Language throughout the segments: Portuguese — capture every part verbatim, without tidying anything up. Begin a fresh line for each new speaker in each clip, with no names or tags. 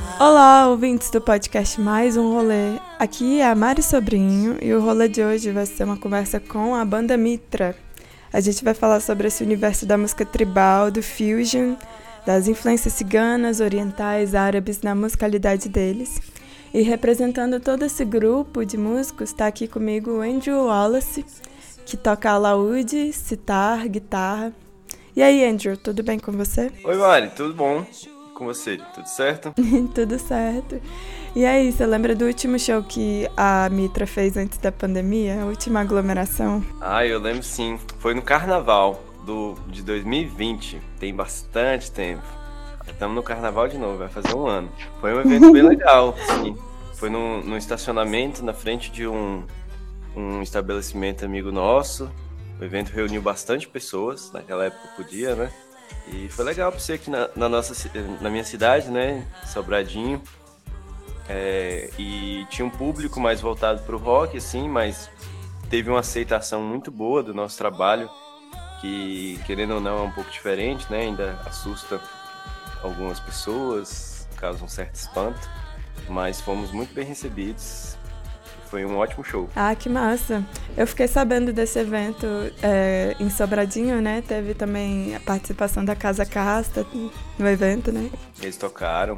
Olá, ouvintes do podcast Mais Um Rolê. Aqui é a Mari Sobrinho e o rolê de hoje vai ser uma conversa com a banda Mitra. A gente vai falar sobre esse universo da música tribal, do fusion, das influências ciganas, orientais, árabes na musicalidade deles. E representando todo esse grupo de músicos, está aqui comigo o Andrew Wallace, que toca alaúde, sitar, guitarra. E aí, Andrew, tudo bem com você?
Oi, Mari, tudo bom? Com você, tudo certo?
Tudo certo. E aí, você lembra do último show que a Mitra fez antes da pandemia? A última aglomeração?
Ah, eu lembro sim. Foi no Carnaval do, de dois mil e vinte. Tem bastante tempo. Estamos no Carnaval de novo, vai fazer um ano. Foi um evento bem legal, sim. Foi num, num estacionamento na frente de um, um estabelecimento amigo nosso. O evento reuniu bastante pessoas, naquela época podia, né? E foi legal pra você aqui na, na, nossa, na minha cidade, né? Sobradinho. É, e tinha um público mais voltado pro rock, assim, mas teve uma aceitação muito boa do nosso trabalho, que, querendo ou não, é um pouco diferente, né? Ainda assusta algumas pessoas, causa um certo espanto, mas fomos muito bem recebidos. Foi um ótimo show.
Ah, que massa! Eu fiquei sabendo desse evento é, em Sobradinho, né? Teve também a participação da Casa Casta no evento, né?
Eles tocaram.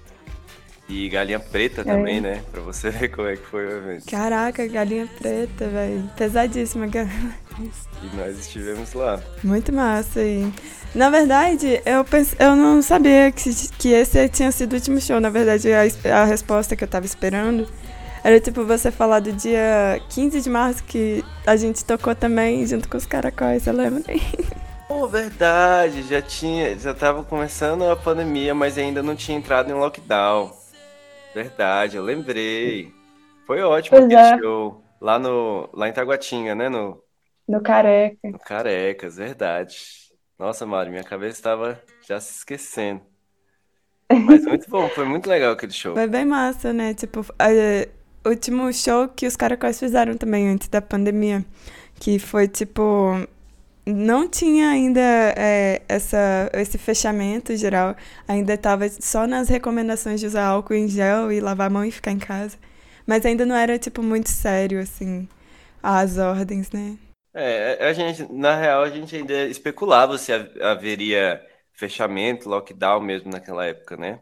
E Galinha Preta também, é. né? Pra você ver como é que foi o evento.
Caraca, Galinha Preta, velho. Pesadíssima.
E nós estivemos lá.
Muito massa. E, na verdade, eu, pense, eu não sabia que, que esse tinha sido o último show. Na verdade, a, a resposta que eu tava esperando era tipo você falar do dia quinze de março que a gente tocou também junto com os Caracóis, você lembra?
Pô, verdade, já tinha, já tava começando a pandemia, mas ainda não tinha entrado em lockdown. Verdade, eu lembrei. Foi ótimo pois aquele é. show lá, no, lá em Taguatinga, né? No,
no Careca.
No Carecas, verdade. Nossa, Mari, minha cabeça estava já se esquecendo. Mas muito bom, foi muito legal aquele show.
Foi bem massa, né? Tipo, o último show que os Caracóis fizeram também antes da pandemia, que foi tipo, não tinha ainda é, essa, esse fechamento geral, ainda estava só nas recomendações de usar álcool em gel e lavar a mão e ficar em casa, mas ainda não era tipo muito sério assim as ordens, né?
É, a gente, na real a gente ainda especulava se haveria fechamento, lockdown mesmo naquela época, né?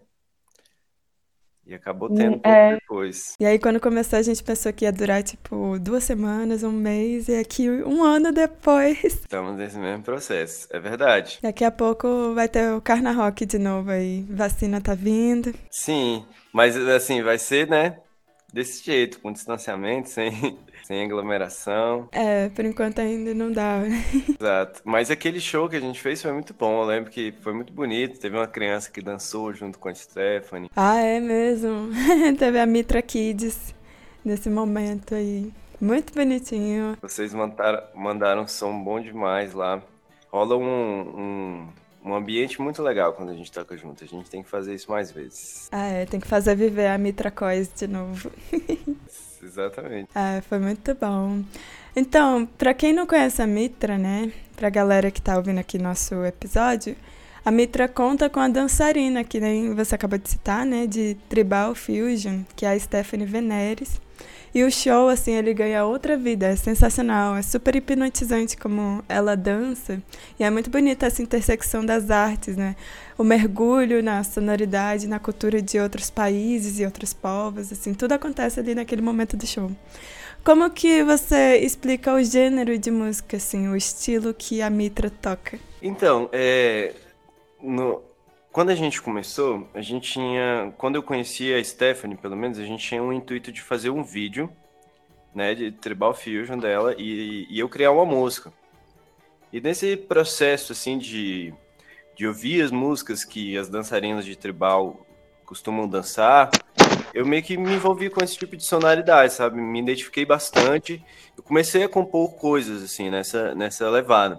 E acabou tendo um pouco é. depois.
E aí, quando começou, a gente pensou que ia durar, tipo, duas semanas, um mês, e aqui um ano depois.
Estamos nesse mesmo processo, é verdade.
Daqui a pouco vai ter o Carna Rock de novo aí. Vacina tá vindo.
Sim, mas assim, vai ser, né, desse jeito, com distanciamento, sem, sem aglomeração.
É, por enquanto ainda não dá.
Exato. Mas aquele show que a gente fez foi muito bom. Eu lembro que foi muito bonito. Teve uma criança que dançou junto com a Stephanie.
Ah, é mesmo? Teve a Mitra Kids nesse momento aí. Muito bonitinho.
Vocês mandaram, mandaram um som bom demais lá. Rola um, um, um ambiente muito legal quando a gente toca junto. A gente tem que fazer isso mais vezes.
Ah, é. Tem que fazer viver a Mitra Cois de novo.
Exatamente.
Ah, foi muito bom. Então, pra quem não conhece a Mitra, né? Pra galera que tá ouvindo aqui nosso episódio, a Mitra conta com a dançarina, que nem você acabou de citar, né? De Tribal Fusion, que é a Stephanie Veneres. E o show, assim, ele ganha outra vida, é sensacional, é super hipnotizante como ela dança. E é muito bonita essa intersecção das artes, né? O mergulho na sonoridade, na cultura de outros países e outros povos, assim, tudo acontece ali naquele momento do show. Como que você explica o gênero de música, assim, o estilo que a Mitra toca?
Então, é... No... Quando a gente começou, a gente tinha... Quando eu conheci a Stephanie, pelo menos, a gente tinha um intuito de fazer um vídeo, né, de Tribal Fusion dela, e, e eu criar uma música. E nesse processo, assim, de, de ouvir as músicas que as dançarinas de tribal costumam dançar, eu meio que me envolvi com esse tipo de sonoridade, sabe? Me identifiquei bastante. Eu comecei a compor coisas, assim, nessa, nessa levada.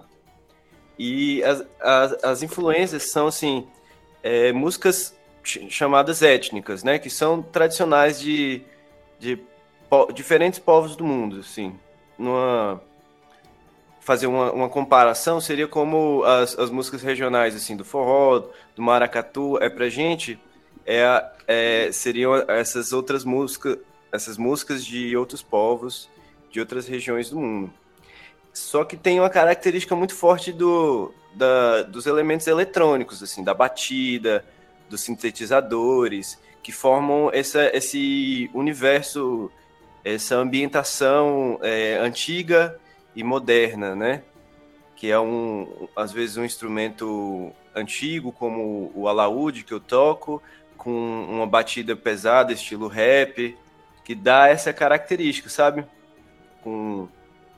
E as, as, as influências são, assim... É, músicas ch- chamadas étnicas, né, que são tradicionais de, de po- diferentes povos do mundo, assim. Numa, fazer uma, uma comparação seria como as, as músicas regionais, assim, do forró, do maracatu, é pra gente é, é, seriam essas outras músicas, essas músicas de outros povos, de outras regiões do mundo. Só que tem uma característica muito forte do, da, dos elementos eletrônicos, assim, da batida, dos sintetizadores, que formam essa, esse universo, essa ambientação é, antiga e moderna, né? Que é, um, às vezes, um instrumento antigo, como o alaúde que eu toco, com uma batida pesada, estilo rap, que dá essa característica, sabe? Com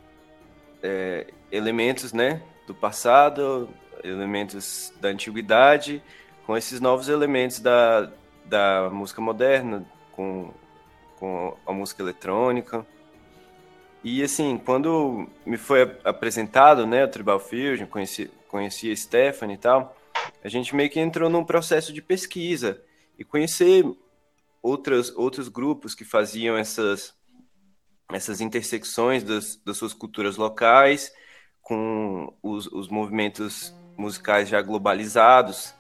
é, elementos, né, do passado, elementos da antiguidade, com esses novos elementos da, da música moderna, com, com a música eletrônica. E, assim, quando me foi apresentado, né, o Tribal Fusion, conheci, conheci a Stephanie e tal, a gente meio que entrou num processo de pesquisa e conhecer outras, outros grupos que faziam essas, essas intersecções das, das suas culturas locais com os, os movimentos musicais já globalizados.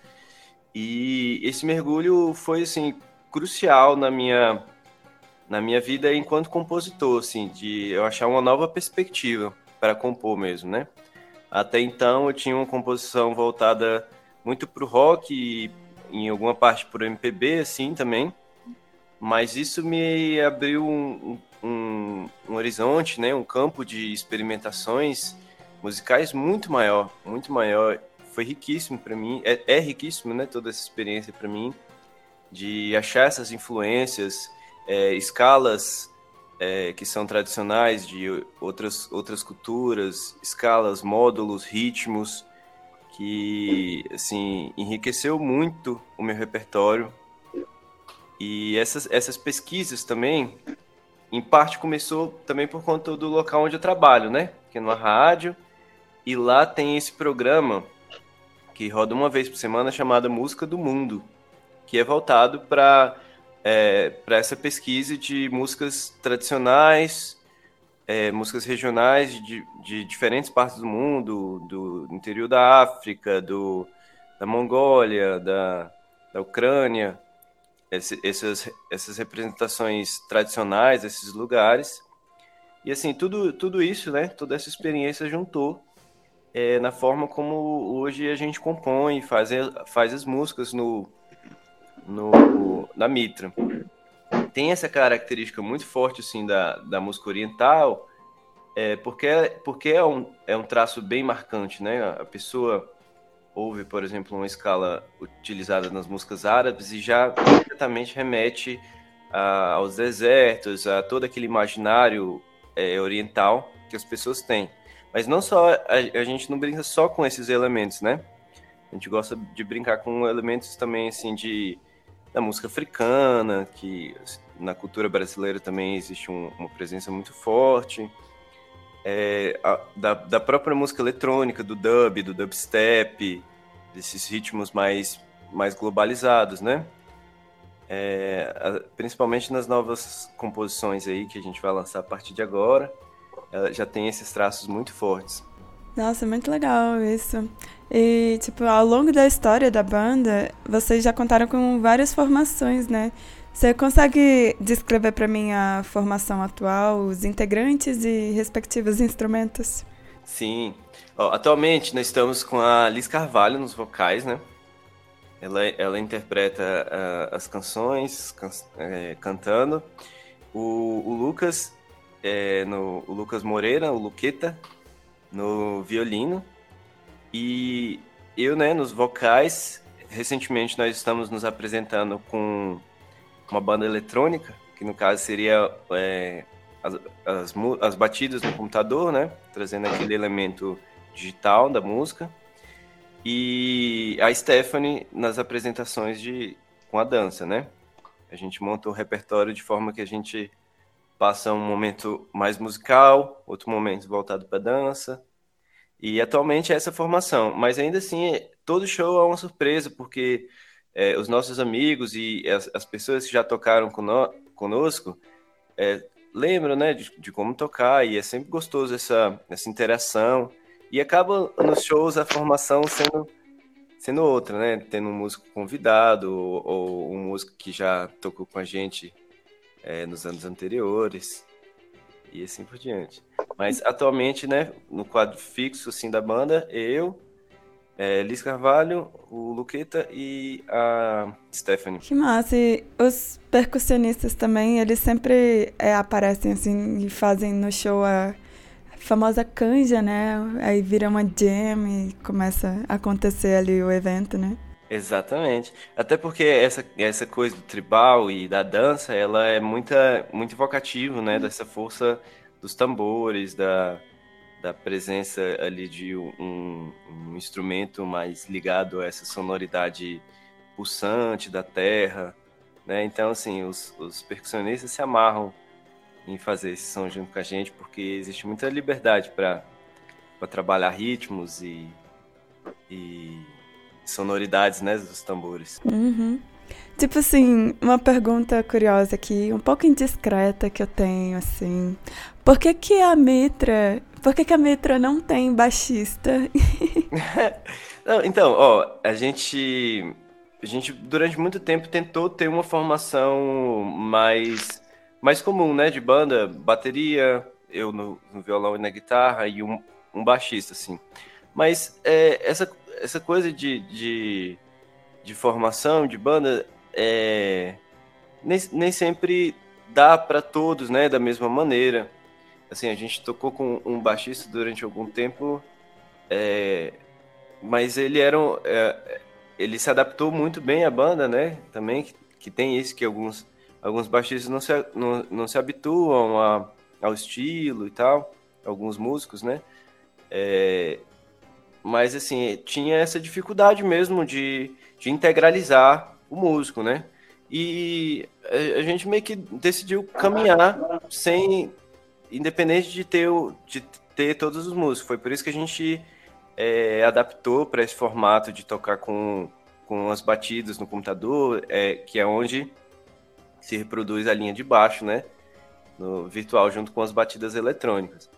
E esse mergulho foi, assim, crucial na minha, na minha vida enquanto compositor, assim, de eu achar uma nova perspectiva para compor mesmo, né? Até então eu tinha uma composição voltada muito para o rock e em alguma parte para o M P B, assim, também. Mas isso me abriu um, um, um horizonte, né? Um campo de experimentações musicais muito maior, muito maior. Foi riquíssimo para mim, é, é riquíssimo, né? Toda essa experiência para mim, de achar essas influências, é, escalas é, que são tradicionais de outras, outras culturas, escalas, módulos, ritmos, que, assim, enriqueceu muito o meu repertório. E essas, essas pesquisas também, em parte, começou também por conta do local onde eu trabalho, né? Que é numa rádio, e lá tem esse programa que roda uma vez por semana chamado Música do Mundo, que é voltado para é, para essa pesquisa de músicas tradicionais, é, músicas regionais de, de diferentes partes do mundo, do interior da África, do, da Mongólia, da, da Ucrânia, esse, essas, essas representações tradicionais desses lugares. E assim, tudo, tudo isso, né, toda essa experiência juntou é, na forma como hoje a gente compõe, faz, faz as músicas no, no, na Mitra. Tem essa característica muito forte, assim, da, da música oriental, é, porque, porque é, um, é um traço bem marcante, né? A pessoa ouve, por exemplo, uma escala utilizada nas músicas árabes e já imediatamente remete a, aos desertos, a todo aquele imaginário é, oriental que as pessoas têm. Mas não só, a, a gente não brinca só com esses elementos, né? A gente gosta de brincar com elementos também, assim, de, da música africana, que na cultura brasileira também existe um, uma presença muito forte, é, a, da, da própria música eletrônica, do dub, do dubstep, desses ritmos mais, mais globalizados, né? É, a, principalmente nas novas composições aí que a gente vai lançar a partir de agora, ela já tem esses traços muito fortes.
Nossa, muito legal isso. E, tipo, ao longo da história da banda, vocês já contaram com várias formações, né? Você consegue descrever para mim a formação atual, os integrantes e respectivos instrumentos?
Sim. Ó, atualmente nós estamos com a Liz Carvalho nos vocais, né? Ela, ela interpreta uh, as canções, can, é, cantando. O, o Lucas, é, no, o Lucas Moreira, o Luqueta, no violino. E eu, né, nos vocais. Recentemente nós estamos nos apresentando com uma banda eletrônica, que no caso seria é, as, as, as batidas no computador, né? Trazendo aquele elemento digital da música. E a Stephanie nas apresentações de, com a dança, né? A gente monta o repertório de forma que a gente passa um momento mais musical, outro momento voltado para dança. E atualmente é essa formação. Mas ainda assim, todo show é uma surpresa, porque é, os nossos amigos e as, as pessoas que já tocaram cono, conosco é, lembram, né, de, de como tocar, e é sempre gostoso essa, essa interação. E acaba nos shows a formação sendo sendo outra, né? Tendo um músico convidado ou, ou um músico que já tocou com a gente é, nos anos anteriores e assim por diante. Mas atualmente, né, no quadro fixo assim da banda, eu, é, Liz Carvalho, o Luqueta e a Stephanie.
Que massa! E os percussionistas também, eles sempre é, aparecem assim e fazem no show a famosa canja, né? Aí vira uma jam e começa a acontecer ali o evento, né?
Exatamente. Até porque essa, essa coisa do tribal e da dança, ela é muita, muito evocativo, né? Dessa força dos tambores, da, da presença ali de um, um instrumento mais ligado a essa sonoridade pulsante da terra, né? Então, assim, os, os percussionistas se amarram em fazer esse som junto com a gente, porque existe muita liberdade para trabalhar ritmos e, e sonoridades, né, dos tambores.
Uhum. Tipo assim, uma pergunta curiosa aqui, um pouco indiscreta que eu tenho, assim. Por que que a Mitra, por que que a Mitra não tem baixista?
Não, então, ó, a gente, a gente durante muito tempo tentou ter uma formação mais, mais comum, né, de banda, bateria, eu no, no violão e na guitarra e um, um baixista, assim. Mas é, essa, essa coisa de, de, de formação de banda é, nem, nem sempre dá para todos, né, da mesma maneira. Assim, a gente tocou com um baixista durante algum tempo, é, mas ele era um, é, ele se adaptou muito bem à banda, né? Também que, que tem isso que alguns alguns baixistas não se não, não se habituam a, ao estilo e tal, alguns músicos, né? É, mas assim, tinha essa dificuldade mesmo de, de integralizar o músico, né? E a, a gente meio que decidiu caminhar sem independente de ter o, de ter todos os músicos. Foi por isso que a gente é, adaptou para esse formato de tocar com, com as batidas no computador, é, que é onde se reproduz a linha de baixo, né? No virtual, junto com as batidas eletrônicas.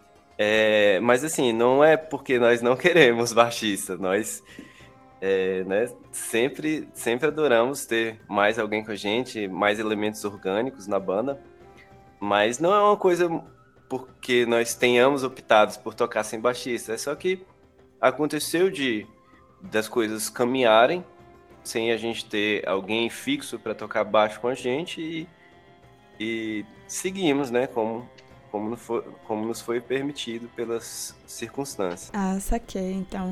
É, mas assim, não é porque nós não queremos baixista, nós é, né, sempre, sempre adoramos ter mais alguém com a gente, mais elementos orgânicos na banda, mas não é uma coisa porque nós tenhamos optado por tocar sem baixista, é só que aconteceu de das coisas caminharem sem a gente ter alguém fixo para tocar baixo com a gente e, e seguimos, né, como, como, foi, como nos foi permitido pelas circunstâncias.
Ah, saquei, então.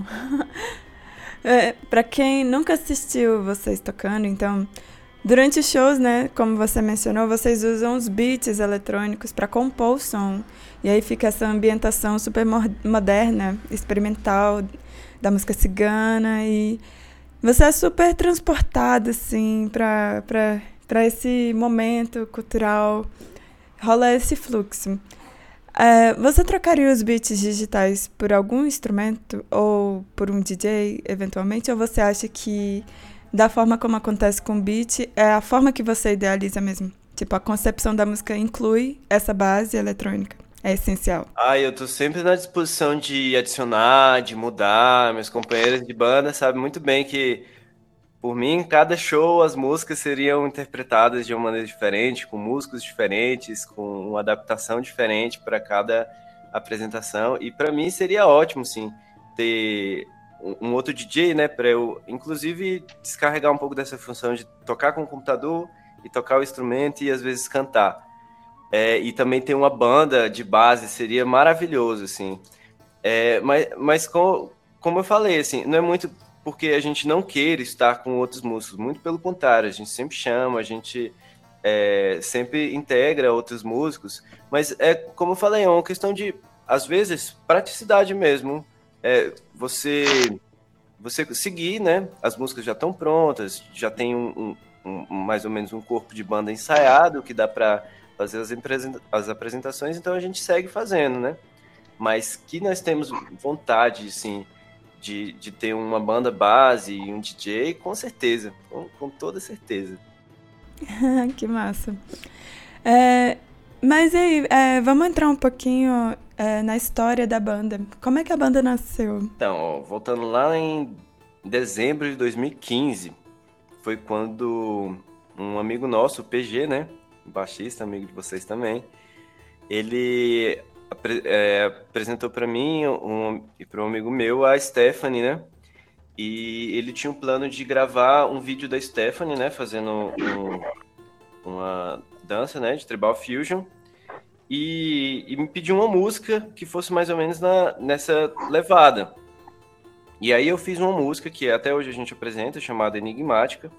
É, pra quem nunca assistiu vocês tocando, então, durante os shows, né, como você mencionou, vocês usam os beats eletrônicos para compor o som. E aí fica essa ambientação super moderna, experimental da música cigana. E você é super transportado, assim, para pra, pra esse momento cultural. Rola esse fluxo. É, você trocaria os beats digitais por algum instrumento ou por um D J, eventualmente? Ou você acha que, da forma como acontece com o beat, é a forma que você idealiza mesmo? Tipo, a concepção da música inclui essa base eletrônica. É essencial.
Ah, eu tô sempre na disposição de adicionar, de mudar. Meus companheiros de banda sabem muito bem que, por mim, cada show as músicas seriam interpretadas de uma maneira diferente, com músicos diferentes, com uma adaptação diferente para cada apresentação. E para mim seria ótimo, sim, ter um outro D J, né, para eu, inclusive, descarregar um pouco dessa função de tocar com o computador e tocar o instrumento e às vezes cantar. É, e também ter uma banda de base seria maravilhoso, assim. É, mas mas com, como eu falei, assim, não é muito porque a gente não queira estar com outros músicos, muito pelo contrário, a gente sempre chama, a gente é, sempre integra outros músicos, mas é como eu falei, é uma questão de, às vezes, praticidade mesmo. É, você, você seguir, né? As músicas já estão prontas, já tem um, um, um, mais ou menos um corpo de banda ensaiado que dá para fazer as, as apresentações, então a gente segue fazendo, né? Mas que nós temos vontade, assim, de, de ter uma banda base e um D J, com certeza, com, com toda certeza.
Que massa. É, mas aí, é, vamos entrar um pouquinho é, na história da banda. Como é que a banda nasceu?
Então, ó, voltando lá em em dezembro de dois mil e quinze, foi quando um amigo nosso, o P G, né? Baixista, amigo de vocês também, ele apre- é, apresentou para mim um, e para um amigo meu a Stephanie, né? E ele tinha um plano de gravar um vídeo da Stephanie, né? Fazendo um- uma dança, né? De Tribal Fusion. E, e me pediu uma música que fosse mais ou menos na, nessa levada. E aí eu fiz uma música que até hoje a gente apresenta, chamada Enigmática,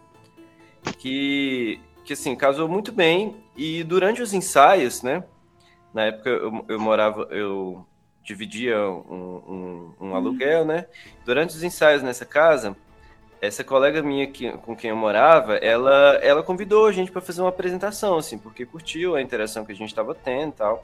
que, que assim, casou muito bem. E durante os ensaios, né? Na época eu, eu morava, eu dividia um, um, um aluguel, né? Durante os ensaios nessa casa, essa colega minha que, com quem eu morava, ela, ela convidou a gente para fazer uma apresentação, assim, porque curtiu a interação que a gente estava tendo e tal.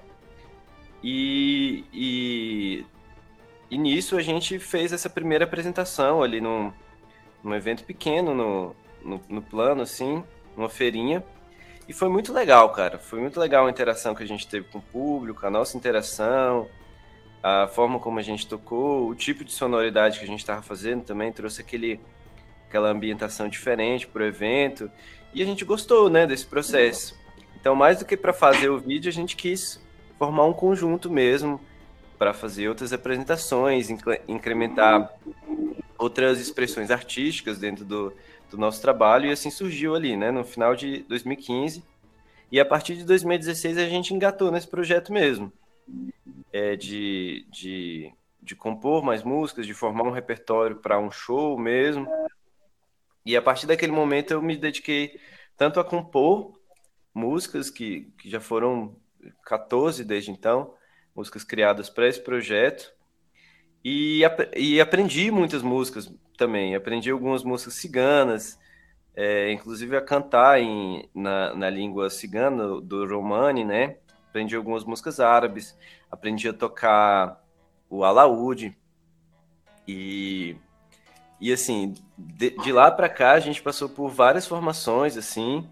E, e, e nisso a gente fez essa primeira apresentação ali num, num evento pequeno, no, no, no plano, assim, numa feirinha. E foi muito legal, cara. Foi muito legal a interação que a gente teve com o público, a nossa interação, a forma como a gente tocou, o tipo de sonoridade que a gente estava fazendo também trouxe aquele, aquela ambientação diferente para o evento. E a gente gostou, né, desse processo. Então, mais do que para fazer o vídeo, a gente quis formar um conjunto mesmo para fazer outras apresentações, incre- incrementar outras expressões artísticas dentro do, do nosso trabalho. E assim surgiu ali, né, no final de dois mil e quinze. E a partir de dois mil e dezesseis a gente engatou nesse projeto mesmo, é, de, de, de compor mais músicas, de formar um repertório para um show mesmo. E a partir daquele momento eu me dediquei tanto a compor músicas, que, que já foram quatorze desde então, músicas criadas para esse projeto, e, ap- e aprendi muitas músicas também. Aprendi algumas músicas ciganas, é, inclusive a cantar em, na, na língua cigana, do Romani, né? Aprendi algumas músicas árabes, aprendi a tocar o alaúde, e, e assim, de, de lá para cá a gente passou por várias formações, assim,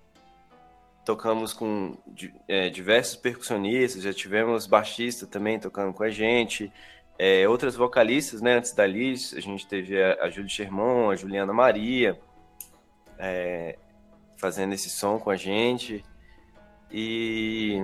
tocamos com di- é, diversos percussionistas, já tivemos baixista também tocando com a gente, é, outras vocalistas, né? Antes da Liz, a gente teve a, a Julie Sherman, a Juliana Maria, fazendo esse som com a gente. E,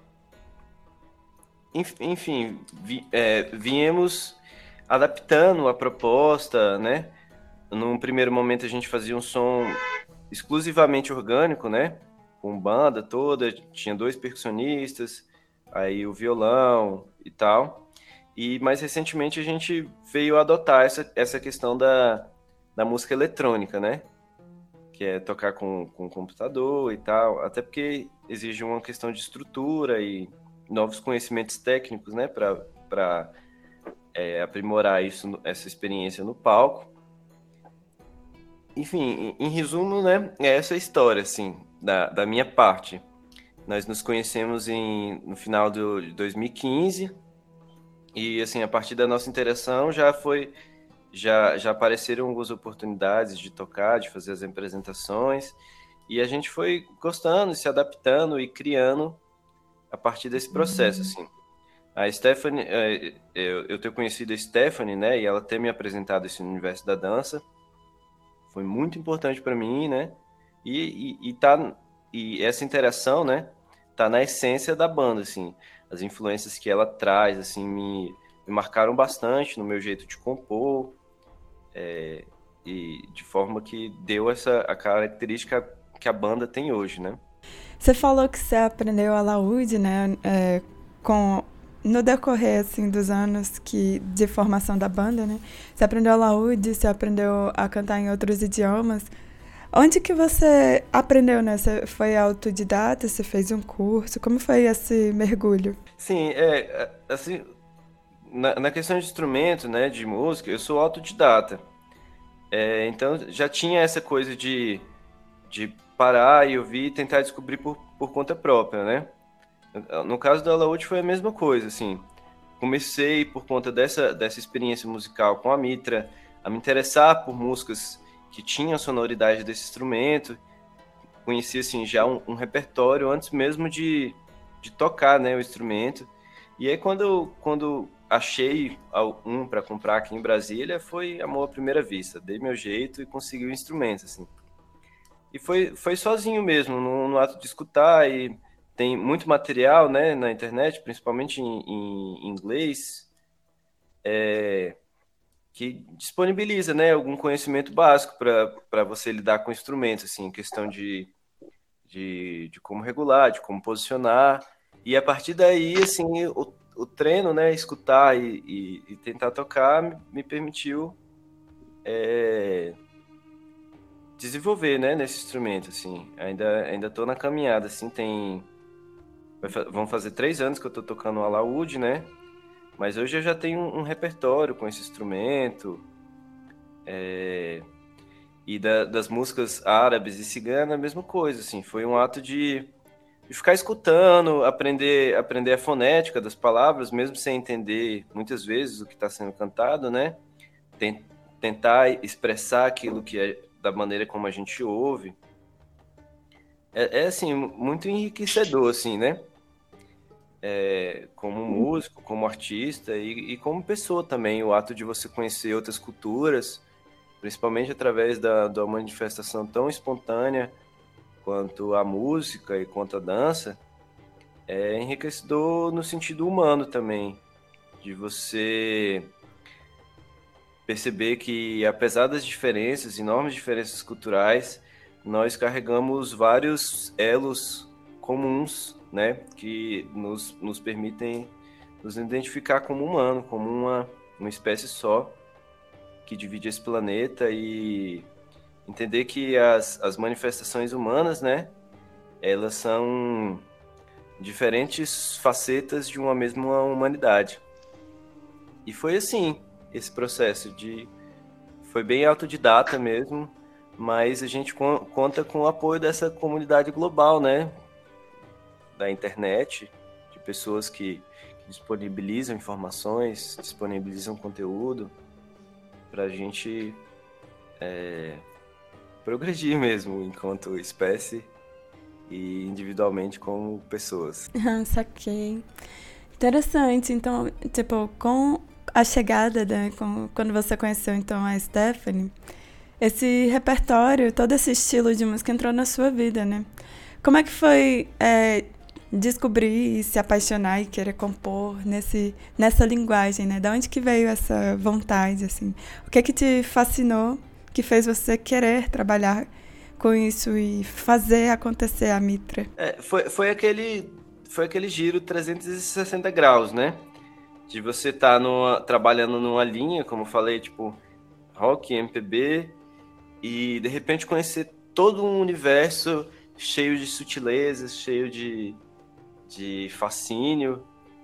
enf- enfim, vi, é, viemos adaptando a proposta, né? Num primeiro momento a gente fazia um som exclusivamente orgânico, né? Com banda toda, tinha dois percussionistas, aí o violão e tal. E mais recentemente a gente veio adotar essa, essa questão da, da música eletrônica, né? Que é tocar com, com computador e tal, até porque exige uma questão de estrutura e novos conhecimentos técnicos, né, para é, aprimorar isso, essa experiência no palco. Enfim, em, em resumo, né, é essa a história, assim, da, da minha parte. Nós nos conhecemos em, no final do, de dois mil e quinze e, assim, a partir da nossa interação já foi, já, já apareceram algumas oportunidades de tocar, de fazer as apresentações, e a gente foi gostando, se adaptando e criando a partir desse processo, assim. A Stephanie, eh, eu, eu ter conhecido a Stephanie, né, e ela ter me apresentado esse universo da dança, foi muito importante para mim, né, e, e, e, tá, e essa interação, né, tá na essência da banda, assim, as influências que ela traz, assim, me, me marcaram bastante no meu jeito de compor, é, e de forma que deu essa a característica que a banda tem hoje, né.
Você falou que você aprendeu alaúde, né, é, com, no decorrer, assim, dos anos que, de formação da banda, né? Você aprendeu alaúde, você aprendeu a cantar em outros idiomas. Onde que você aprendeu, né? Você foi autodidata, você fez um curso? Como foi esse mergulho?
Sim, é, assim, na, na questão de instrumento, né, de música, eu sou autodidata. É, então já tinha essa coisa de, de parar e ouvir e tentar descobrir por, por conta própria, né? No caso do alaúde foi a mesma coisa, assim. Comecei por conta dessa, dessa experiência musical com a Mitra, a me interessar por músicas que tinham a sonoridade desse instrumento. Conheci, assim, já um, um repertório antes mesmo de, de tocar, né, o instrumento. E aí, quando, quando achei um para comprar aqui em Brasília, foi amor à primeira vista. Dei meu jeito e consegui o instrumento, assim. E foi, foi sozinho mesmo, no, no ato de escutar, e tem muito material, né, na internet, principalmente em, em inglês, é, que disponibiliza, né, algum conhecimento básico para você lidar com instrumentos, assim, questão de, de, de como regular, de como posicionar, e a partir daí, assim, o, o treino, né, escutar e, e, e tentar tocar me, me permitiu é, desenvolver, né, nesse instrumento, assim. Ainda ainda tô na caminhada, assim, tem vai fa- vão fazer três anos que eu tô tocando o alaúde, né? Mas hoje eu já tenho um, um repertório com esse instrumento, é, e da- das músicas árabes e ciganas, a mesma coisa, assim. Foi um ato de, de ficar escutando, aprender aprender a fonética das palavras, mesmo sem entender muitas vezes o que está sendo cantado, né? Ten- Tentar expressar aquilo que é da maneira como a gente ouve. É, é, assim, muito enriquecedor, assim, né? É, como músico, como artista e, e como pessoa também, o ato de você conhecer outras culturas, principalmente através da, da manifestação tão espontânea quanto a música e quanto a dança, é enriquecedor no sentido humano também, de você perceber que, apesar das diferenças, enormes diferenças culturais, nós carregamos vários elos comuns, né, que nos, nos permitem nos identificar como humano, como uma, uma espécie só que divide esse planeta, e entender que as, as manifestações humanas, né, elas são diferentes facetas de uma mesma humanidade. E foi assim, esse processo de foi bem autodidata mesmo, mas a gente con- conta com o apoio dessa comunidade global, né? Da internet, de pessoas que, que disponibilizam informações, disponibilizam conteúdo para a gente é, progredir mesmo enquanto espécie e individualmente como pessoas.
Ah, saquei. Interessante. Então, tipo, com a chegada, né, com, quando você conheceu então a Stephanie, esse repertório, todo esse estilo de música entrou na sua vida, né? Como é que foi é, descobrir e se apaixonar e querer compor nesse, nessa linguagem, né? Da onde que veio essa vontade, assim? O que é que te fascinou, que fez você querer trabalhar com isso e fazer acontecer a Mitra?
É, foi, foi aquele foi aquele giro trezentos e sessenta graus, né? De você estar tá trabalhando numa linha, como eu falei, tipo rock, M P B, e de repente conhecer todo um universo cheio de sutilezas, cheio de, de fascínio,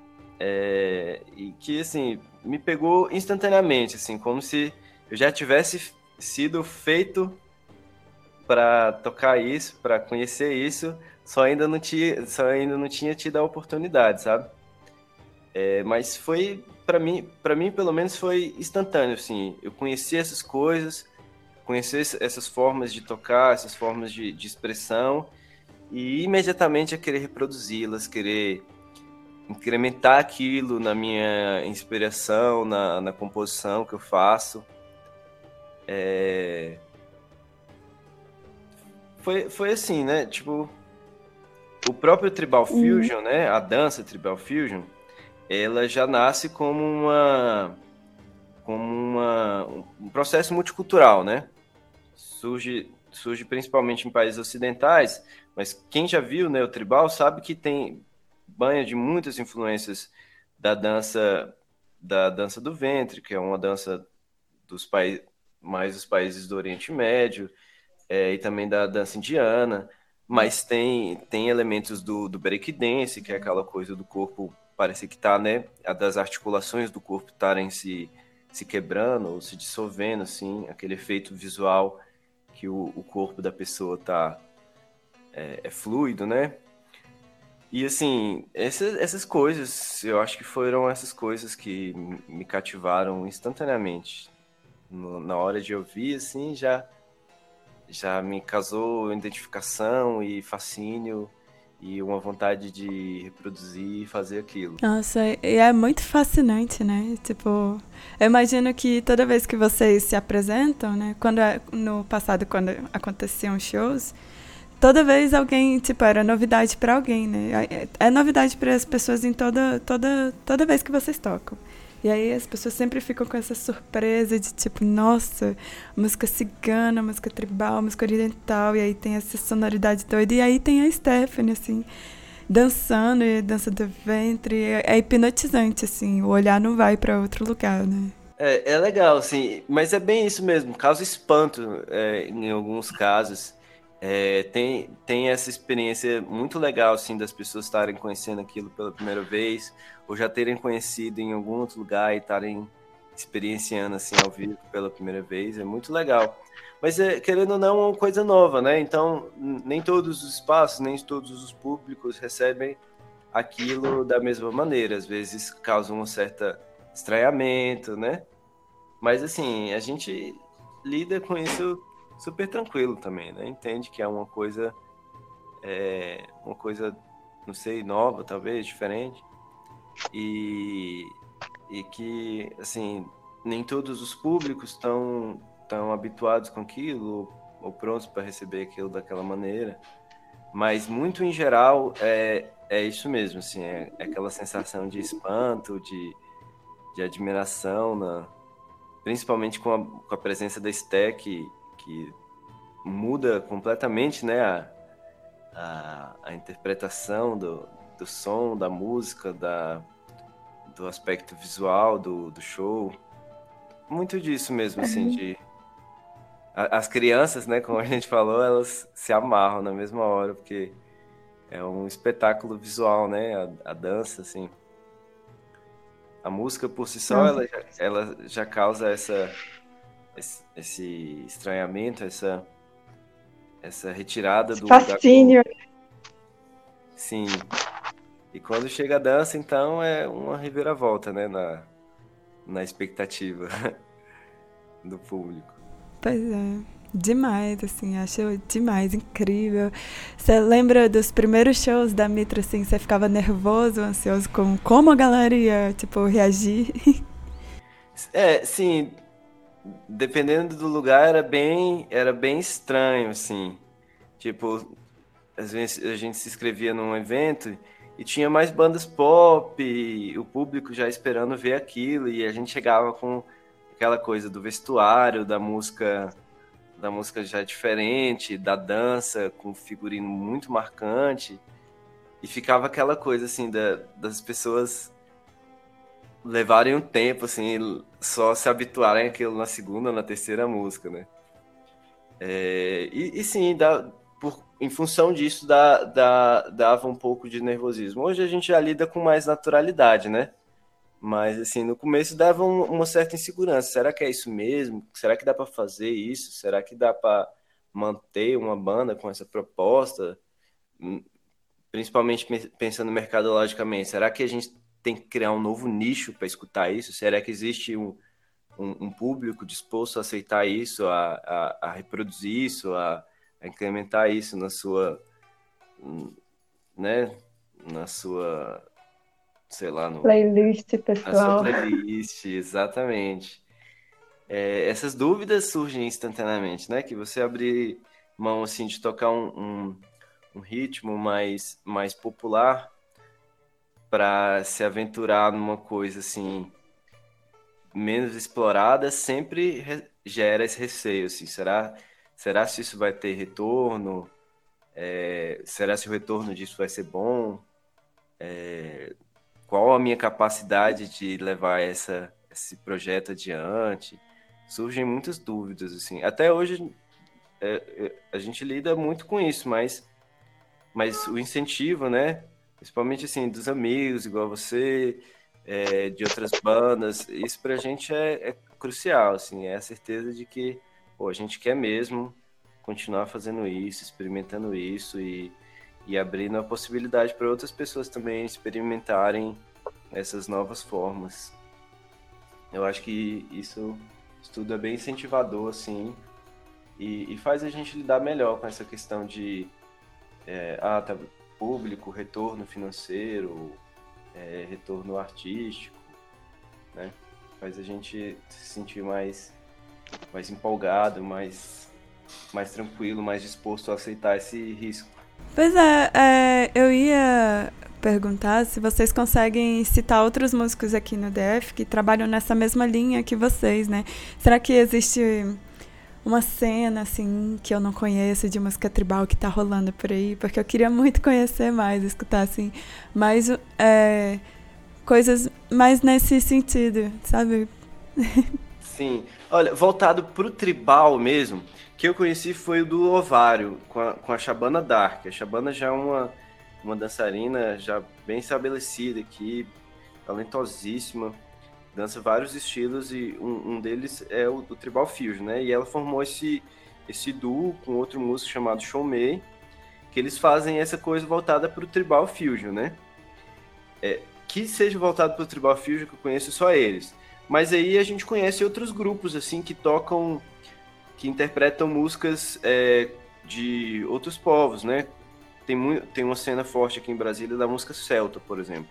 é, e que assim me pegou instantaneamente, assim, como se eu já tivesse sido feito para tocar isso, para conhecer isso, só ainda não tinha, só ainda não tinha tido a oportunidade, sabe? É, mas foi para mim, para mim pelo menos foi instantâneo, assim. Eu conheci essas coisas, conhecer essas formas de tocar, essas formas de, de expressão, e imediatamente a querer reproduzi-las, querer incrementar aquilo na minha inspiração, na, na composição que eu faço. É... Foi, foi assim, né? Tipo, o próprio Tribal
Uhum.
Fusion, né? A dança Tribal Fusion, ela já nasce como uma, como uma, um processo multicultural, né? Surge, surge principalmente em países ocidentais, mas quem já viu, né, o tribal sabe que tem banha de muitas influências da dança da dança do ventre, que é uma dança dos países mais dos países do Oriente Médio, é, e também da dança indiana, mas tem tem elementos do, do breakdance, que é aquela coisa do corpo parece que tá, né, a das articulações do corpo estarem se se quebrando ou se dissolvendo, assim, aquele efeito visual que o, o corpo da pessoa tá é, é fluido, né? E assim, essas, essas coisas, eu acho que foram essas coisas que me cativaram instantaneamente. No- na hora de ouvir, assim, já, já me causou identificação e fascínio e uma vontade de reproduzir e fazer aquilo.
Nossa, e é muito fascinante, né? Tipo, eu imagino que toda vez que vocês se apresentam, né? Quando no passado, quando aconteciam shows, toda vez alguém, tipo, era novidade pra alguém, né? É, é novidade para as pessoas em toda, toda, toda vez que vocês tocam. E aí as pessoas sempre ficam com essa surpresa de tipo, nossa, música cigana, música tribal, música oriental, e aí tem essa sonoridade doida. E aí tem a Stephanie, assim, dançando, e dança do ventre. É hipnotizante, assim, o olhar não vai pra outro lugar, né?
É, é legal, assim, mas é bem isso mesmo, causa espanto é, em alguns casos. É, tem, tem essa experiência muito legal, assim, das pessoas estarem conhecendo aquilo pela primeira vez, ou já terem conhecido em algum outro lugar e estarem experienciando, assim, ao vivo pela primeira vez. É muito legal. Mas, é, querendo ou não, é uma coisa nova, né? Então, nem todos os espaços, nem todos os públicos recebem aquilo da mesma maneira. Às vezes causa um certo estranhamento, né? Mas, assim, a gente lida com isso super tranquilo também, né? Entende que é uma coisa, é, uma coisa, não sei, nova, talvez, diferente. E, e que, assim, nem todos os públicos estão tão habituados com aquilo ou prontos para receber aquilo daquela maneira. Mas, muito em geral, é, é isso mesmo, assim, é, é aquela sensação de espanto, de, de admiração, na, principalmente com a, com a presença da Sté, que, que muda completamente, né, a, a, a interpretação do, do som, da música, da, do aspecto visual do, do show. Muito disso mesmo, assim, de... A, as crianças, né, como a gente falou, elas se amarram na mesma hora, porque é um espetáculo visual, né, a, a dança, assim. A música por si só, ela, já- ela já causa essa, esse, esse estranhamento, essa, essa retirada do lugar comum.
Fascínio.
Sim. E quando chega a dança, então, é uma reviravolta, né, na, na expectativa do público.
Pois é. Demais, assim, acho demais, incrível. Você lembra dos primeiros shows da Mitra, assim, você ficava nervoso, ansioso com como a galera ia, tipo, reagir?
É, sim, dependendo do lugar, era bem, era bem estranho, assim. Tipo, às vezes a gente se inscrevia num evento e tinha mais bandas pop, e o público já esperando ver aquilo, e a gente chegava com aquela coisa do vestuário, da música, da música já diferente, da dança com figurino muito marcante, e ficava aquela coisa assim da, das pessoas levarem um tempo assim, só se habituarem àquilo na segunda, na terceira música, né? É, e, e sim, dá, por, em função disso, dá, dá, dava um pouco de nervosismo. Hoje a gente já lida com mais naturalidade, né? Mas, assim, no começo dava um, uma certa insegurança. Será que é isso mesmo? Será que dá para fazer isso? Será que dá para manter uma banda com essa proposta? Hum, Principalmente pe- pensando mercadologicamente. Será que a gente tem que criar um novo nicho para escutar isso? Será que existe um, um, um público disposto a aceitar isso, a, a, a reproduzir isso, a, a incrementar isso na sua, né, na sua, sei lá, no,
Playlist
na sua
pessoal.
playlist, exatamente. É, essas dúvidas surgem instantaneamente, né? Que você abrir mão assim de tocar um, um, um ritmo mais, mais popular para se aventurar numa coisa assim menos explorada sempre re- gera esse receio, assim, será, será se isso vai ter retorno? É, será se o retorno disso vai ser bom? Qual a minha capacidade de levar essa, esse projeto adiante? Surgem muitas dúvidas, assim. Até hoje é, é, a gente lida muito com isso, mas, mas o incentivo, né? Principalmente assim, dos amigos, igual você, é, de outras bandas, isso pra gente é, é crucial, assim, é a certeza de que pô, a gente quer mesmo continuar fazendo isso, experimentando isso e, e abrindo a possibilidade para outras pessoas também experimentarem essas novas formas. Eu acho que isso, isso tudo é bem incentivador, assim, e, e faz a gente lidar melhor com essa questão de é, ah, tá, público, retorno financeiro, é, retorno artístico, né? Faz a gente se sentir mais, mais empolgado, mais, mais tranquilo, mais disposto a aceitar esse risco.
Pois é, é, eu ia perguntar se vocês conseguem citar outros músicos aqui no D F que trabalham nessa mesma linha que vocês, né? Será que existe uma cena, assim, que eu não conheço de música tribal que tá rolando por aí? Porque eu queria muito conhecer mais, escutar, assim, mais é, coisas mais nesse sentido, sabe?
Sim. Olha, voltado pro tribal mesmo, que eu conheci foi o do Ovário, com a, com a Shabana Dark. A Shabana já é uma, uma dançarina já bem estabelecida aqui, talentosíssima, dança vários estilos e um, um deles é o, o Tribal Fusion, né? E ela formou esse, esse duo com outro músico chamado Shomei, que eles fazem essa coisa voltada pro Tribal Fusion, né? É, que seja voltado pro Tribal Fusion, que eu conheço só eles. Mas aí a gente conhece outros grupos, assim, que tocam, que interpretam músicas é, de outros povos, né? Tem, muito, tem uma cena forte aqui em Brasília da música celta, por exemplo.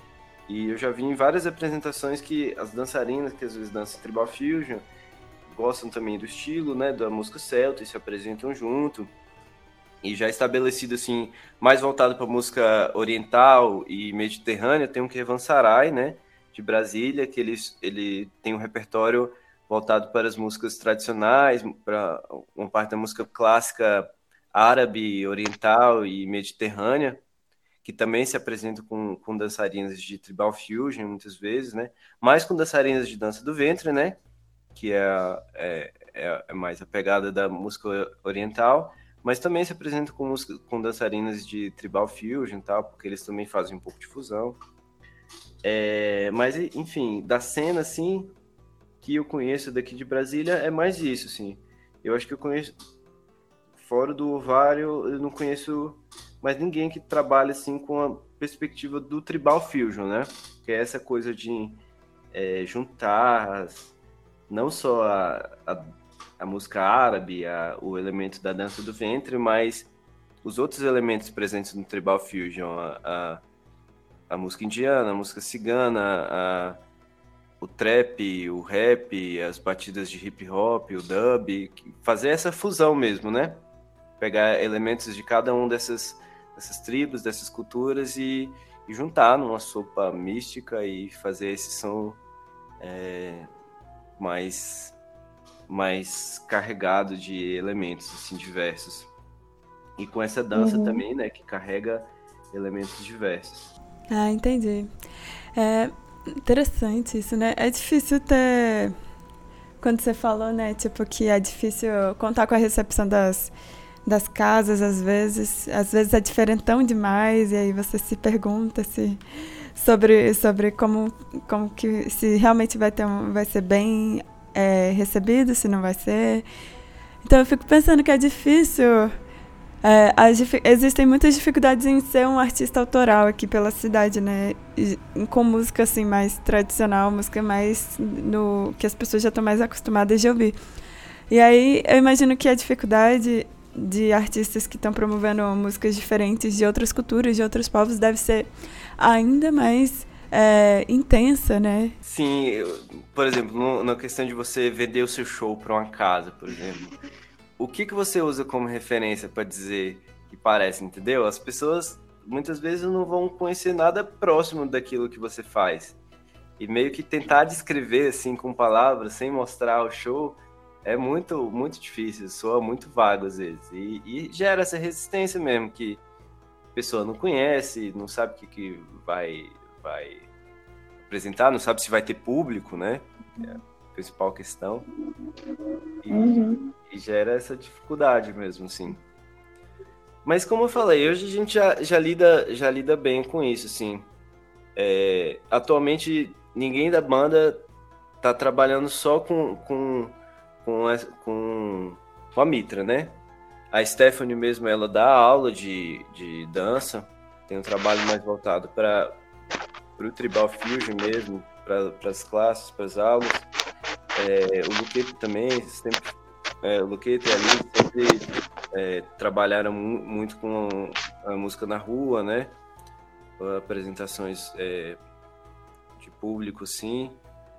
E eu já vi em várias apresentações que as dançarinas, que às vezes dançam Tribal Fusion, gostam também do estilo, né, da música celta e se apresentam junto. E já estabelecido, assim, mais voltado para música oriental e mediterrânea, tem o Kervansaray, né, de Brasília, que ele, ele tem um repertório voltado para as músicas tradicionais, para uma parte da música clássica árabe, oriental e mediterrânea, que também se apresentam com, com dançarinas de Tribal Fusion, muitas vezes, né? Mais com dançarinas de dança do ventre, né? Que é, é, é mais a pegada da música oriental, mas também se apresentam com, música, com dançarinas de Tribal Fusion, tal, porque eles também fazem um pouco de fusão. É, mas, enfim, da cena, assim, que eu conheço daqui de Brasília, é mais isso, assim. Eu acho que eu conheço... Fora do Ovário, eu não conheço mais ninguém que trabalha assim com a perspectiva do Tribal Fusion, né? Que é essa coisa de é, juntar não só a, a, a música árabe, a, o elemento da dança do ventre, mas os outros elementos presentes no Tribal Fusion, a, a, a música indiana, a música cigana, a, o trap, o rap, as batidas de hip hop, o dub, fazer essa fusão mesmo, né? Pegar elementos de cada um dessas, dessas tribos, dessas culturas e, e juntar numa sopa mística e fazer esse som é, mais, mais carregado de elementos assim, diversos. E com essa dança uhum. também, né, que carrega elementos diversos.
Ah, entendi. É interessante isso, né? É difícil ter... Quando você falou, né, tipo, que é difícil contar com a recepção das... das casas, às vezes, às vezes é diferentão demais, e aí você se pergunta se, sobre, sobre como, como que, se realmente vai, ter um, vai ser bem é, recebido, se não vai ser. Então eu fico pensando que é difícil, é, as, existem muitas dificuldades em ser um artista autoral aqui pela cidade, né, e, com música assim mais tradicional, música mais no, que as pessoas já estão mais acostumadas de ouvir. E aí eu imagino que a dificuldade de artistas que estão promovendo músicas diferentes de outras culturas, de outros povos, deve ser ainda mais é, intensa, né?
Sim, eu, por exemplo, no, na questão de você vender o seu show para uma casa, por exemplo, o que, que você usa como referência para dizer que parece, entendeu? As pessoas muitas vezes não vão conhecer nada próximo daquilo que você faz. E meio que tentar descrever assim com palavras, sem mostrar o show, é muito, muito difícil, soa muito vago às vezes. E, e gera essa resistência mesmo, que a pessoa não conhece, não sabe o que, que vai, vai apresentar, não sabe se vai ter público, né? É a principal questão. E, uhum. e gera essa dificuldade mesmo, assim. Mas como eu falei, hoje a gente já, já, lida, já lida bem com isso, assim. É, atualmente, ninguém da banda tá trabalhando só com... com Com a, com, com a Mitra, né? A Stephanie mesmo, ela dá aula de, de dança, tem um trabalho mais voltado para o Tribal Fusion mesmo, para as classes, para as aulas. É, o Luquete também, sempre, é, o Luquete e a Liz sempre é, trabalharam mu- muito com a música na rua, né? Apresentações é, de público, sim.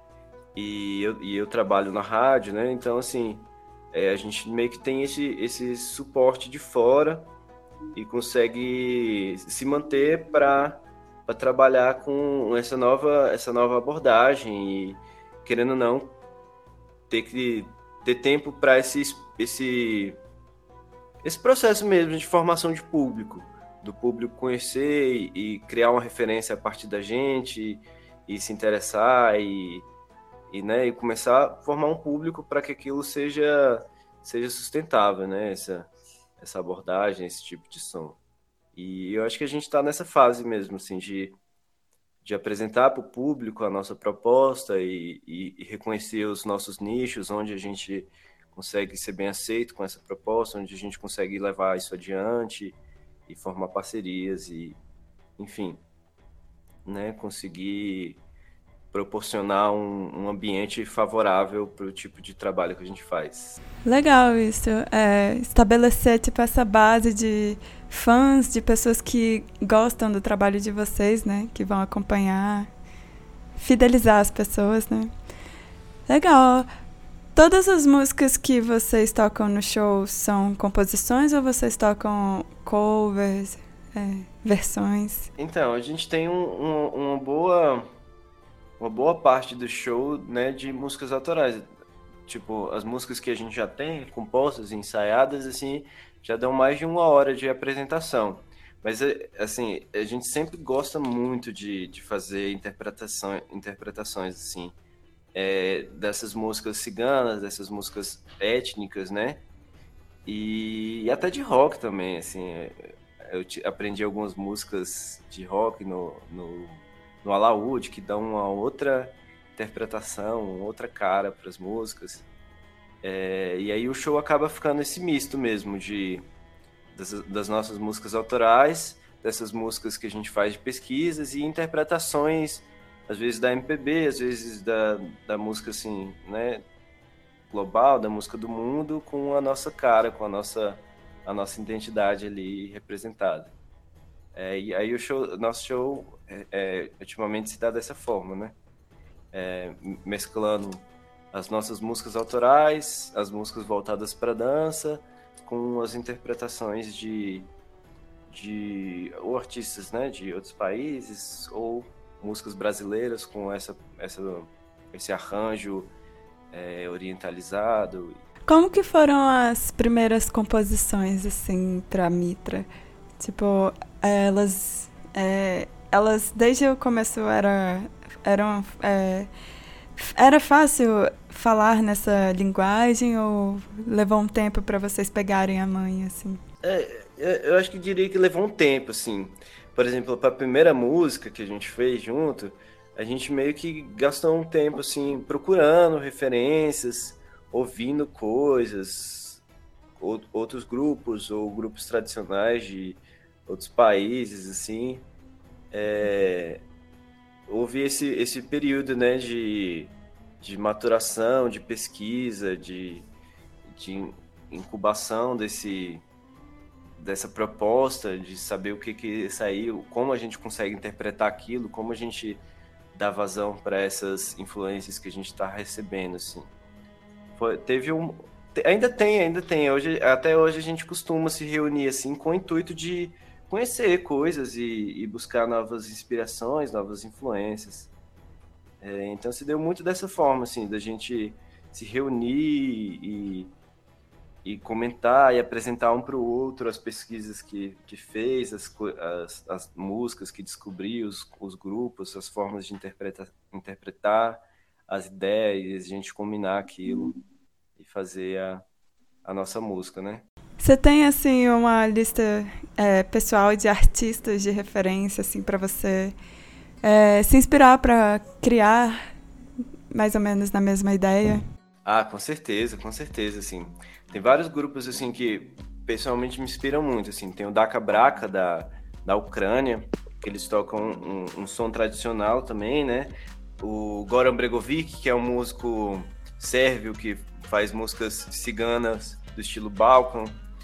E eu, e eu trabalho na rádio, né? Então, assim, é, a gente meio que tem esse, esse suporte de fora e consegue se manter para trabalhar com essa nova, essa nova abordagem e, querendo ou não, ter que ter tempo para esse, esse, esse processo mesmo de formação de público, do público conhecer e, e criar uma referência a partir da gente e, e se interessar e, e, né, e começar a formar um público para que aquilo seja, seja sustentável, né, essa, essa abordagem, esse tipo de som. E eu acho que a gente está nessa fase mesmo, assim, de, de apresentar para o público a nossa proposta e, e, e reconhecer os nossos nichos, onde a gente consegue ser bem aceito com essa proposta, onde a gente consegue levar isso adiante e formar parcerias e, enfim, né, conseguir proporcionar um, um ambiente favorável para o tipo de trabalho que a gente faz.
Legal isso, é, estabelecer tipo essa base de fãs, de pessoas que gostam do trabalho de vocês, né, que vão acompanhar, fidelizar as pessoas, né. Legal. Todas as músicas que vocês tocam no show são composições ou vocês tocam covers, é, versões?
Então, a gente tem um, um, uma boa uma boa parte do show, né, de músicas autorais. Tipo, as músicas que a gente já tem compostas, ensaiadas, assim, já dão mais de uma hora de apresentação. Mas, assim, a gente sempre gosta muito de, de fazer interpretação, interpretações, assim, é, dessas músicas ciganas, dessas músicas étnicas, né? E, e até de rock também, assim. Eu te, aprendi algumas músicas de rock no, no, no alaúde, que dão uma outra interpretação, outra cara para as músicas. É, e aí o show acaba ficando esse misto mesmo de, das, das nossas músicas autorais, dessas músicas que a gente faz de pesquisas e interpretações, às vezes da M P B, às vezes da, da música assim, né, global, da música do mundo, com a nossa cara, com a nossa, a nossa identidade ali representada. É, e aí o show, nosso show é, é, ultimamente se dá dessa forma, né? É, mesclando as nossas músicas autorais, as músicas voltadas para dança, com as interpretações de, de ou artistas, né, de outros países, ou músicas brasileiras com essa, essa, esse arranjo é, orientalizado.
Como que foram as primeiras composições, assim, pra Mitra? Tipo, elas, é, elas desde o começo era, eram, é, era fácil falar nessa linguagem ou levou um tempo para vocês pegarem a manha, assim?
É, eu acho que diria que levou um tempo, assim. Por exemplo, para a primeira música que a gente fez junto, a gente meio que gastou um tempo, assim, procurando referências, ouvindo coisas, ou, outros grupos ou grupos tradicionais de outros países, assim. É, houve esse, esse período, né, de, de maturação, de pesquisa, de, de incubação desse, dessa proposta, de saber o que, que saiu, como a gente consegue interpretar aquilo, como a gente dá vazão para essas influências que a gente está recebendo, assim. Foi, teve um, ainda tem, ainda tem. Hoje, até hoje a gente costuma se reunir assim com o intuito de conhecer coisas e, e buscar novas inspirações, novas influências. É, então se deu muito dessa forma, assim, da gente se reunir e, e comentar e apresentar um para o outro as pesquisas que, que fez, as, as, as músicas que descobriu, os, os grupos, as formas de interpreta, interpretar as ideias, a gente combinar aquilo e fazer a, a nossa música, né?
Você tem, assim, uma lista é, pessoal de artistas de referência, assim, para você é, se inspirar para criar mais ou menos na mesma ideia?
Ah, com certeza, com certeza, assim. Tem vários grupos, assim, que pessoalmente me inspiram muito, assim. Tem o Daka Braka, da, da Ucrânia, que eles tocam um, um, um som tradicional também, né? O Goran Bregovic, que é um músico sérvio que faz músicas ciganas do estilo Balkan.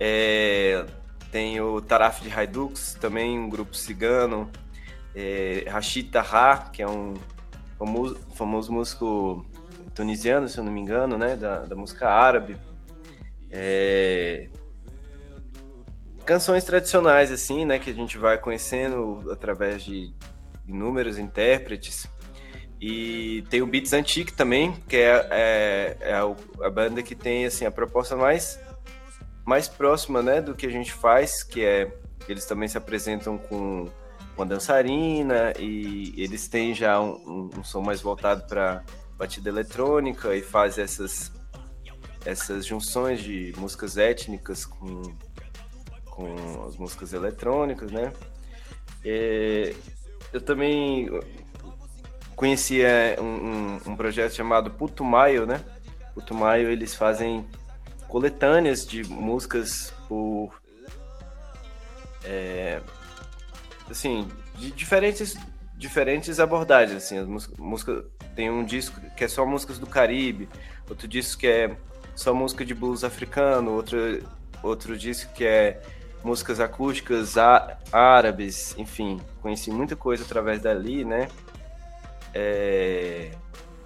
É, tem o Taraf de Hajdux, também um grupo cigano. É, Rachid Taha, que é um famoso, famoso músico tunisiano, se eu não me engano, né, da, da música árabe. É, canções tradicionais, assim, né, que a gente vai conhecendo através de inúmeros intérpretes. E tem o Beats Antique também, que é, é, é a, a banda que tem, assim, a proposta mais, mais próxima, né, do que a gente faz, que é, eles também se apresentam com uma dançarina, e eles têm já um, um, um som mais voltado para batida eletrônica, e faz essas, essas junções de músicas étnicas com, com as músicas eletrônicas, né? E eu também conhecia um, um, um projeto chamado Putumayo, né? Putumayo, eles fazem coletâneas de músicas por... É, assim, de diferentes, diferentes abordagens, assim, as músicas, música, tem um disco que é só músicas do Caribe, outro disco que é só música de blues africano, outro, outro disco que é músicas acústicas á, árabes, enfim, conheci muita coisa através dali, né? É...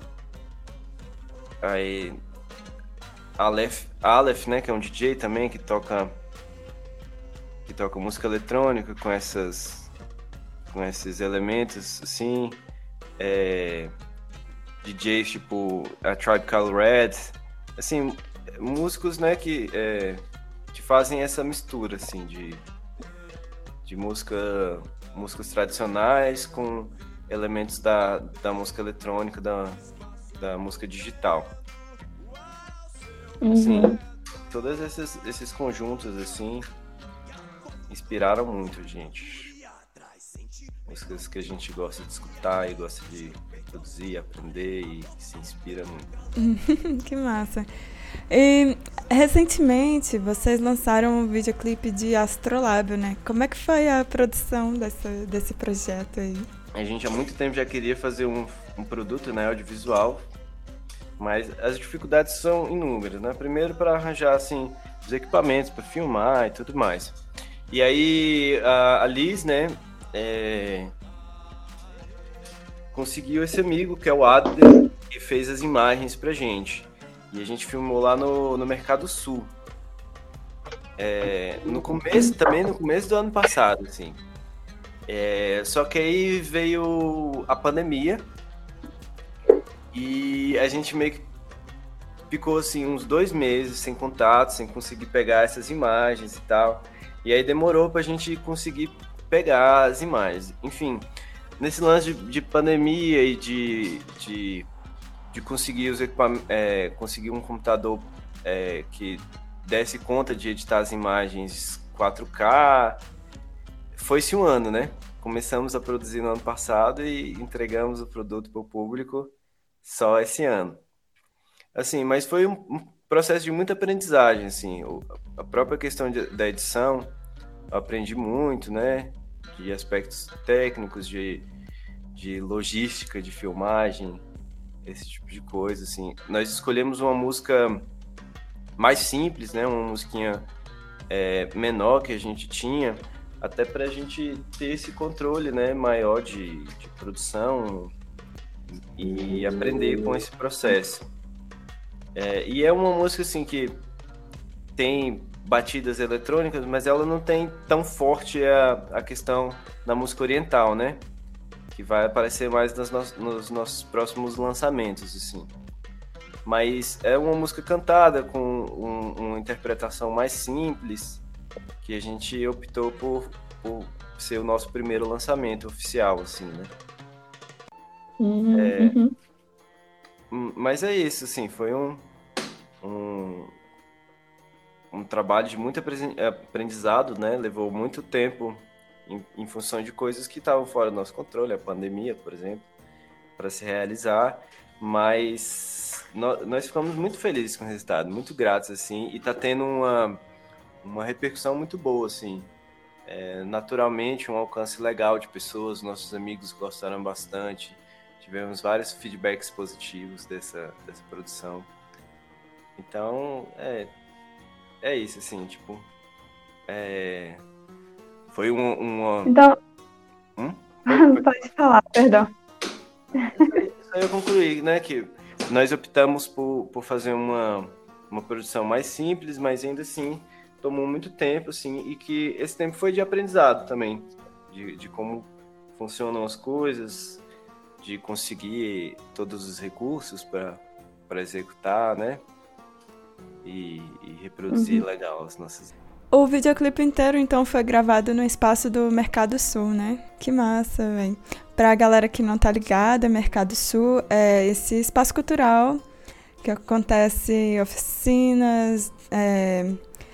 Aí, Aleph, Aleph, né, que é um D J também, que toca, que toca música eletrônica com essas... com esses elementos, assim, é, D Js tipo a Tribe Called Red, assim, músicos, né, que, é, que fazem essa mistura, assim, de, de música, músicas tradicionais com elementos da, da música eletrônica, da, da música digital. Assim, uhum. Todos esses, esses conjuntos, assim, inspiraram muito a gente. Músicas que a gente gosta de escutar e gosta de produzir, aprender e se inspira muito.
Que massa. E, recentemente, vocês lançaram um videoclipe de Astrolábio, né? Como é que foi a produção dessa, desse projeto aí?
A gente há muito tempo já queria fazer um, um produto, né, audiovisual, mas as dificuldades são inúmeras, né? Primeiro para arranjar, assim, os equipamentos para filmar e tudo mais. E aí a, a Liz, né, É... conseguiu esse amigo, que é o Adler, que fez as imagens pra gente. E a gente filmou lá no, no Mercado Sul. É... No começo, também no começo do ano passado, assim. É... Só que aí veio a pandemia e a gente meio que ficou, assim, uns dois meses sem contato, sem conseguir pegar essas imagens e tal. E aí demorou pra gente conseguir pegar as imagens. Enfim, nesse lance de, de pandemia e de, de, de conseguir, os é, conseguir um computador é, que desse conta de editar as imagens quatro K, foi-se um ano, né? Começamos a produzir no ano passado e entregamos o produto para o público só esse ano. Assim, mas foi um, um processo de muita aprendizagem, assim. A própria questão de, da edição, eu aprendi muito, né? De aspectos técnicos, de, de logística, de filmagem, esse tipo de coisa, assim. Nós escolhemos uma música mais simples, né? Uma musiquinha é, menor que a gente tinha, até para a gente ter esse controle, né, maior de, de produção e aprender com esse processo. É, e é uma música, assim, que tem batidas eletrônicas, mas ela não tem tão forte a, a questão da música oriental, né? Que vai aparecer mais nas no, nos nossos próximos lançamentos, assim. Mas é uma música cantada com um, uma interpretação mais simples, que a gente optou por, por ser o nosso primeiro lançamento oficial, assim, né?
Uhum, é, uhum.
Mas é isso, assim, foi um, um um trabalho de muito aprendizado, né? Levou muito tempo em, em função de coisas que estavam fora do nosso controle, a pandemia, por exemplo, para se realizar, mas nós, nós ficamos muito felizes com o resultado, muito gratos, assim, e está tendo uma, uma repercussão muito boa, assim, é, naturalmente um alcance legal de pessoas, nossos amigos gostaram bastante, tivemos vários feedbacks positivos dessa, dessa produção, então, é... É isso, assim, tipo, É, foi um, uma...
Então,
Hum? Pode, pode.
pode falar, perdão.
Isso aí eu concluí, né, que nós optamos por, por fazer uma, uma produção mais simples, mas ainda assim tomou muito tempo, assim, e que esse tempo foi de aprendizado também, de, de como funcionam as coisas, de conseguir todos os recursos para executar, né, e, e reproduzir
Uhum.
legal as nossas...
O videoclipe inteiro, então, foi gravado no espaço do Mercado Sul, né? Que massa, velho. Pra galera que não tá ligada, Mercado Sul é esse espaço cultural que acontece oficinas, é,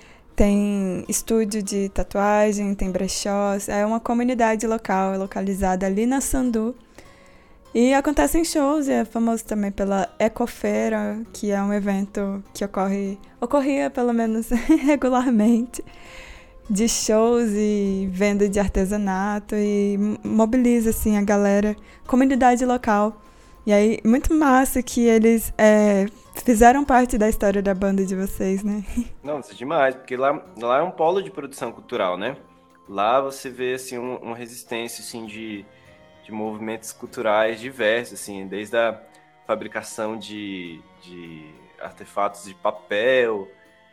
tem estúdio de tatuagem, tem brechós. É uma comunidade local, localizada ali na Sandu. E acontecem shows, e é famoso também pela Ecofeira, que é um evento que ocorre, ocorria pelo menos regularmente, de shows e venda de artesanato, e mobiliza assim a galera, comunidade local. E aí, muito massa que eles é, fizeram parte da história da banda de vocês, né?
Não, isso é demais, porque lá, lá é um polo de produção cultural, né? Lá você vê, assim, um, uma resistência, assim, de... de movimentos culturais diversos, assim, desde a fabricação de, de artefatos de papel,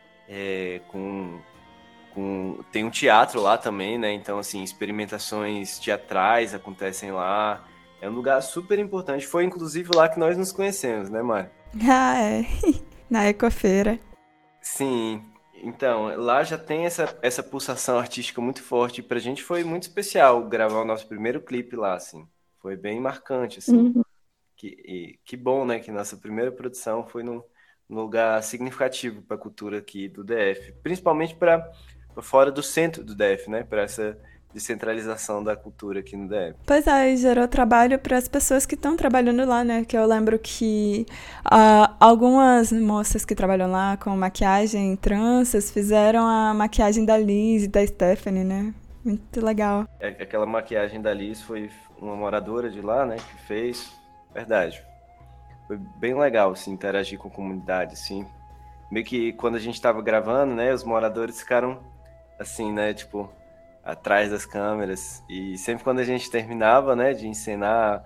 é, com, com, tem um teatro lá também, né? Então, assim, experimentações teatrais acontecem lá. É um lugar super importante. Foi, inclusive, lá que nós nos conhecemos, né, Mari?
Ah, é. Na Ecofeira.
Sim. Então, lá já tem essa, essa pulsação artística muito forte. Pra gente foi muito especial gravar o nosso primeiro clipe lá, assim. Foi bem marcante, assim.
Uhum.
Que, e, que bom, né, que nossa primeira produção foi num, num lugar significativo para a cultura aqui do D F. Principalmente para fora do centro do D F, né? Para essa descentralização da cultura aqui no D F.
Pois é, e gerou trabalho para as pessoas que estão trabalhando lá, né? Que eu lembro que ah, algumas moças que trabalham lá com maquiagem, tranças, fizeram a maquiagem da Liz e da Stephanie, né? Muito legal.
É, aquela maquiagem da Liz foi uma moradora de lá, né, que fez. Verdade. Foi bem legal, assim, interagir com a comunidade, assim. Meio que quando a gente estava gravando, né, os moradores ficaram, assim, né, tipo, atrás das câmeras. E sempre quando a gente terminava, né, de encenar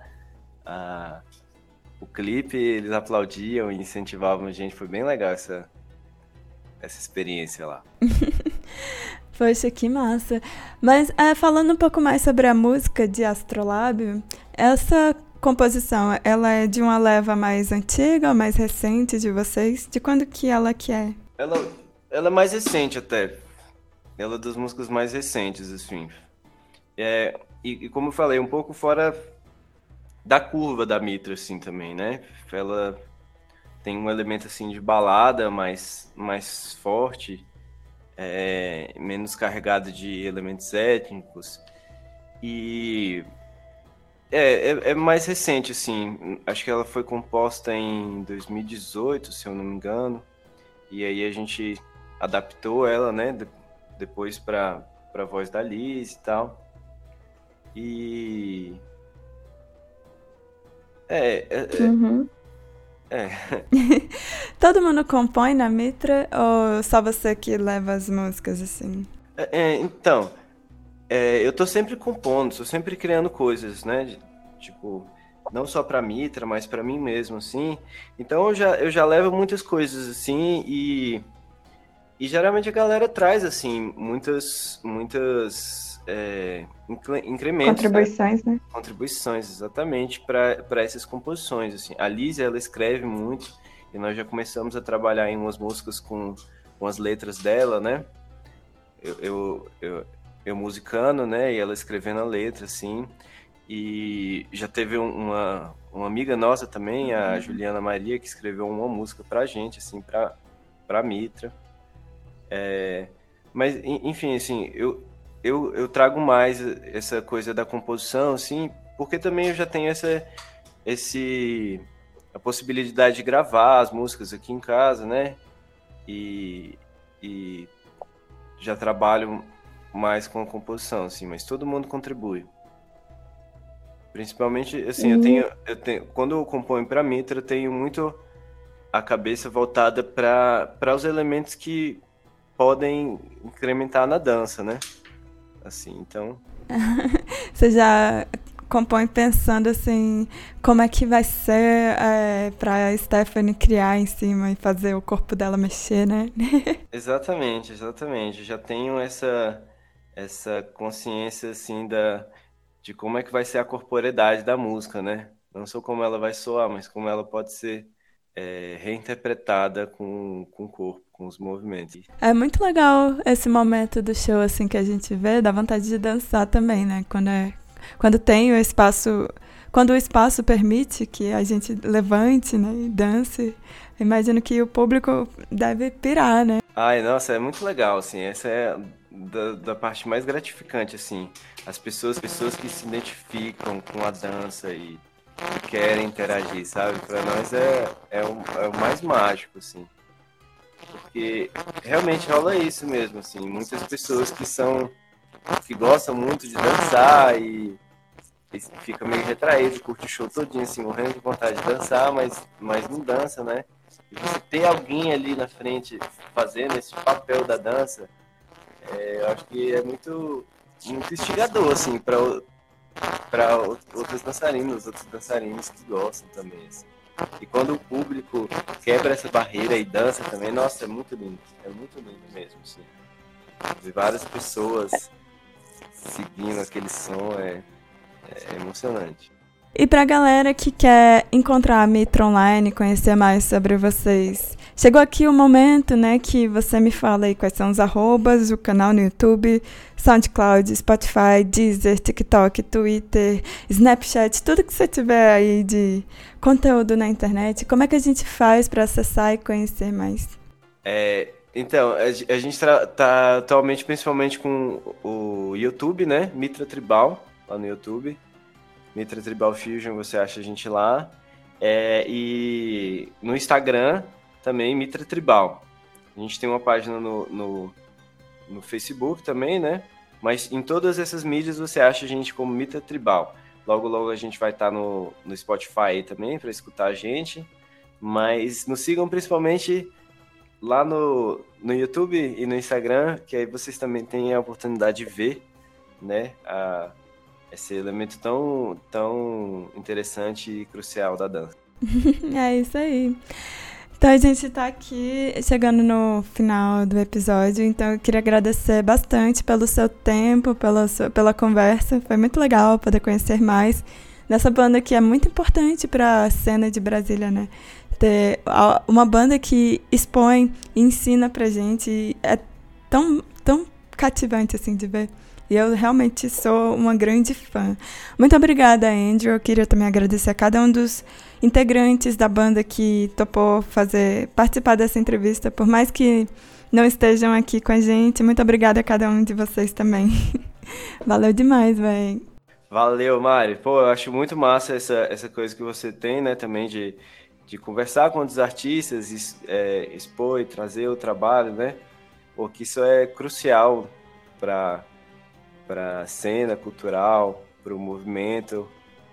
a, o clipe, eles aplaudiam e incentivavam a gente. Foi bem legal essa, essa experiência lá.
Poxa, que massa. Mas é, falando um pouco mais sobre a música de Astrolábio, essa composição, ela é de uma leva mais antiga ou mais recente de vocês? De quando que ela que é?
Ela, ela é mais recente até. Ela é das músicas mais recentes, assim. É, e, e como eu falei, um pouco fora da curva da Mitra, assim, também, né? Ela tem um elemento, assim, de balada mais, mais forte, é, menos carregado de elementos étnicos. E é, é, é mais recente, assim. Acho que ela foi composta em dois mil e dezoito, se eu não me engano. E aí a gente adaptou ela, né? De, depois para a voz da Liz e tal. E... É, é,
Uhum.
é.
Todo mundo compõe na Mitra ou só você que leva as músicas assim?
É, é, então, é, eu tô sempre compondo, tô sempre criando coisas, né? de- Tipo, não só pra Mitra, mas pra mim mesmo, assim. Então eu já, eu já levo muitas coisas, assim, e, e geralmente a galera traz, assim, muitas, muitas é, incre- incrementos, né?
Contribuições, né?
Contribuições, exatamente, para para essas composições, assim. A Liz, ela escreve muito, e nós já começamos a trabalhar em umas músicas com, com as letras dela, né? Eu, eu, eu, eu musicando, né? E ela escrevendo a letra, assim. E já teve um- uma, uma amiga nossa também, a Juliana Maria, que escreveu uma música pra gente, assim, pra, pra Mitra. Mas, en- enfim, assim, eu, eu, eu trago mais essa coisa da composição, assim, porque também eu já tenho essa, esse, a possibilidade de gravar as músicas aqui em casa, né? E, e já trabalho mais com a composição, assim, mas todo mundo contribui. Principalmente, assim, eu
E
tenho, eu tenho, quando eu componho para Mitra, eu tenho muito a cabeça voltada para para os elementos que podem incrementar na dança, né? Assim, então...
Você já compõe pensando assim, como é que vai ser é, pra Stephanie criar em cima e fazer o corpo dela mexer, né?
Exatamente, exatamente. Já tenho essa, essa consciência, assim, da, de como é que vai ser a corporeidade da música, né? Não só como ela vai soar, mas como ela pode ser é, reinterpretada com, com o corpo, com os movimentos.
É muito legal esse momento do show, assim, que a gente vê, dá vontade de dançar também, né? Quando, é, quando tem o espaço, quando o espaço permite que a gente levante, né, e dance, imagino que o público deve pirar, né?
Ai, nossa, é muito legal, assim, essa é da, da parte mais gratificante, assim, as pessoas, pessoas que se identificam com a dança e que querem interagir, sabe? Para nós é, é, o, é o mais mágico, assim. Porque realmente rola isso mesmo, assim, muitas pessoas que são, que gostam muito de dançar e, e fica meio retraído, curte o show todinho, assim, morrendo de vontade de dançar, mas, mas não dança, né? E você ter alguém ali na frente fazendo esse papel da dança, é, eu acho que é muito, muito instigador, assim, para para outros dançarinos, outros dançarinos que gostam também, assim. E quando o público quebra essa barreira e dança também, nossa, é muito lindo. É muito lindo mesmo, assim. Ver várias pessoas seguindo aquele som é, é emocionante.
E pra galera que quer encontrar a Mitra online, conhecer mais sobre vocês, chegou aqui o momento, né, que você me fala aí quais são os arrobas, o canal no YouTube, SoundCloud, Spotify, Deezer, TikTok, Twitter, Snapchat, tudo que você tiver aí de conteúdo na internet. Como é que a gente faz para acessar e conhecer mais?
É, então, a, a gente tá, tá atualmente principalmente com o YouTube, né, Mitra Tribal, lá no YouTube. Mitra Tribal Fusion, você acha a gente lá. É, e no Instagram também, Mitra Tribal. A gente tem uma página no, no, no Facebook também, né? Mas em todas essas mídias você acha a gente como Mitra Tribal. Logo, logo a gente vai estar no, no Spotify também para escutar a gente. Mas nos sigam principalmente lá no, no YouTube e no Instagram, que aí vocês também têm a oportunidade de ver, né? A, esse elemento tão, tão interessante e crucial da dança.
É isso aí. Então a gente tá aqui chegando no final do episódio, então eu queria agradecer bastante pelo seu tempo, pela, sua, pela conversa. Foi muito legal poder conhecer mais dessa banda que é muito importante para a cena de Brasília, né? Ter uma banda que expõe e ensina pra gente, é tão, tão cativante assim de ver. E eu realmente sou uma grande fã. Muito obrigada, Andrew. Eu queria também agradecer a cada um dos integrantes da banda que topou fazer, participar dessa entrevista, por mais que não estejam aqui com a gente. Muito obrigada a cada um de vocês também. Valeu demais, velho.
Valeu, Mari. Pô, eu acho muito massa essa, essa coisa que você tem, né, também de, de conversar com outros artistas, é, expor e trazer o trabalho, né? Porque isso é crucial para para a cena cultural, para o movimento,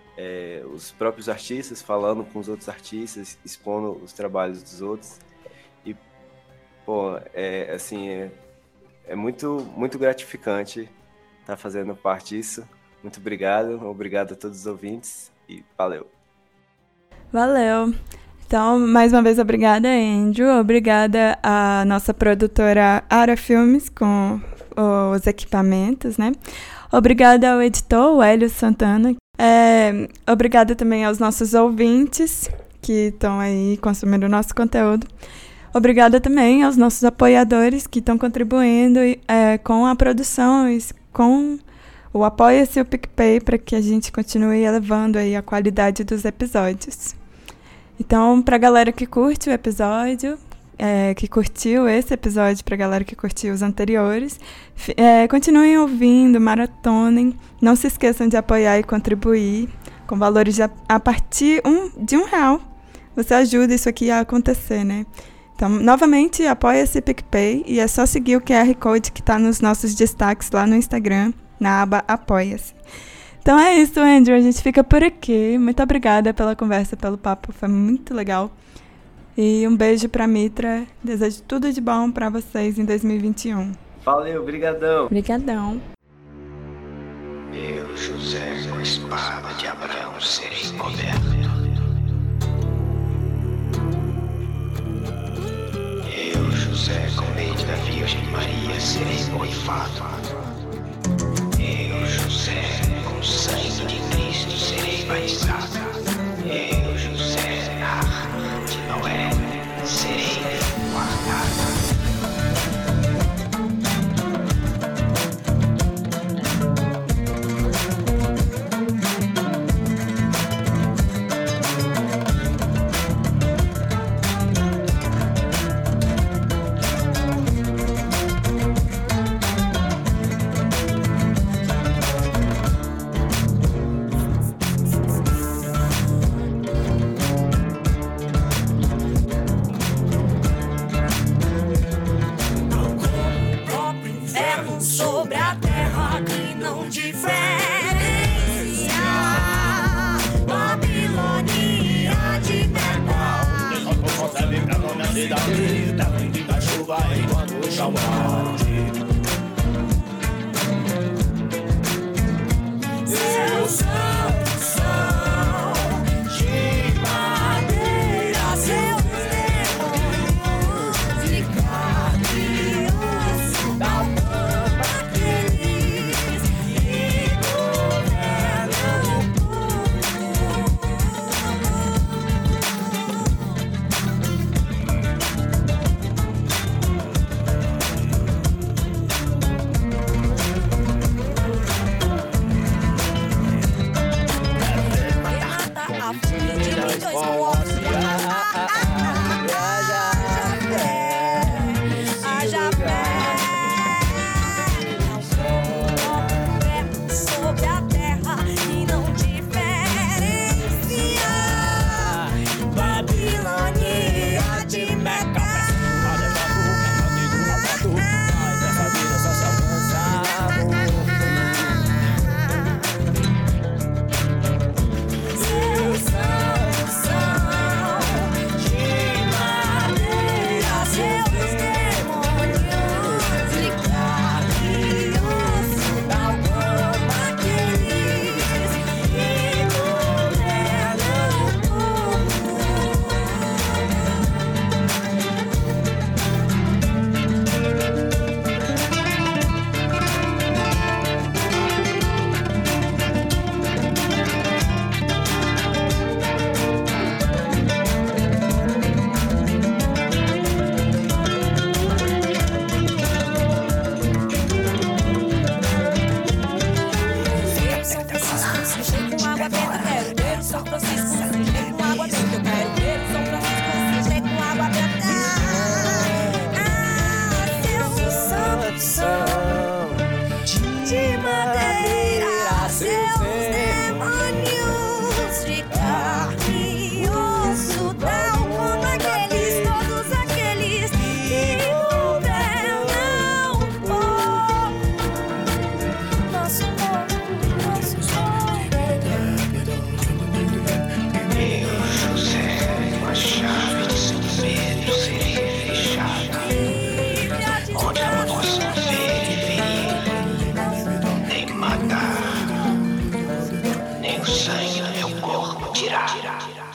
é, os próprios artistas falando com os outros artistas, expondo os trabalhos dos outros. E, pô, é, assim, é, é muito, muito gratificante estar fazendo parte disso. Muito obrigado, obrigado a todos os ouvintes e valeu.
Valeu. Então, mais uma vez, obrigada, Andrew. Obrigada à nossa produtora Ara Filmes com os equipamentos, né? Obrigada ao editor, o Hélio Santana. É, obrigada também aos nossos ouvintes que estão aí consumindo o nosso conteúdo. Obrigada também aos nossos apoiadores que estão contribuindo é, com a produção e com o Apoia-se e o PicPay para que a gente continue elevando aí a qualidade dos episódios. Então, para a galera que curte o episódio, é, que curtiu esse episódio, para a galera que curtiu os anteriores, é, continuem ouvindo, maratonem. Não se esqueçam de apoiar e contribuir com valores de a, a partir um, de um real. Você ajuda isso aqui a acontecer, né? Então, novamente, apoia-se PicPay e é só seguir o Q R Code que está nos nossos destaques lá no Instagram, na aba Apoia-se. Então é isso, Andrew. A gente fica por aqui. Muito obrigada pela conversa, pelo papo. Foi muito legal. E um beijo pra Mitra. Desejo tudo de bom pra vocês em dois mil e vinte e um.
Valeu, brigadão.
Brigadão.
Eu, José, com a espada de Abraão, serei coberto. Eu, José, com o leite da Virgem Maria, serei noivado. Eu, José, com o sangue de Cristo, serei batizado. Eu, José, na arca de Noé, serei guardado.
Sobre a terra que não diferencia. Babilônia de metal. Não consegue pra nome a cidade. Da frente da chuva enquanto chamar. Seus santos são de madeira. Seus demônios de carne e osso. Da
nem o sangue do meu corpo tirar.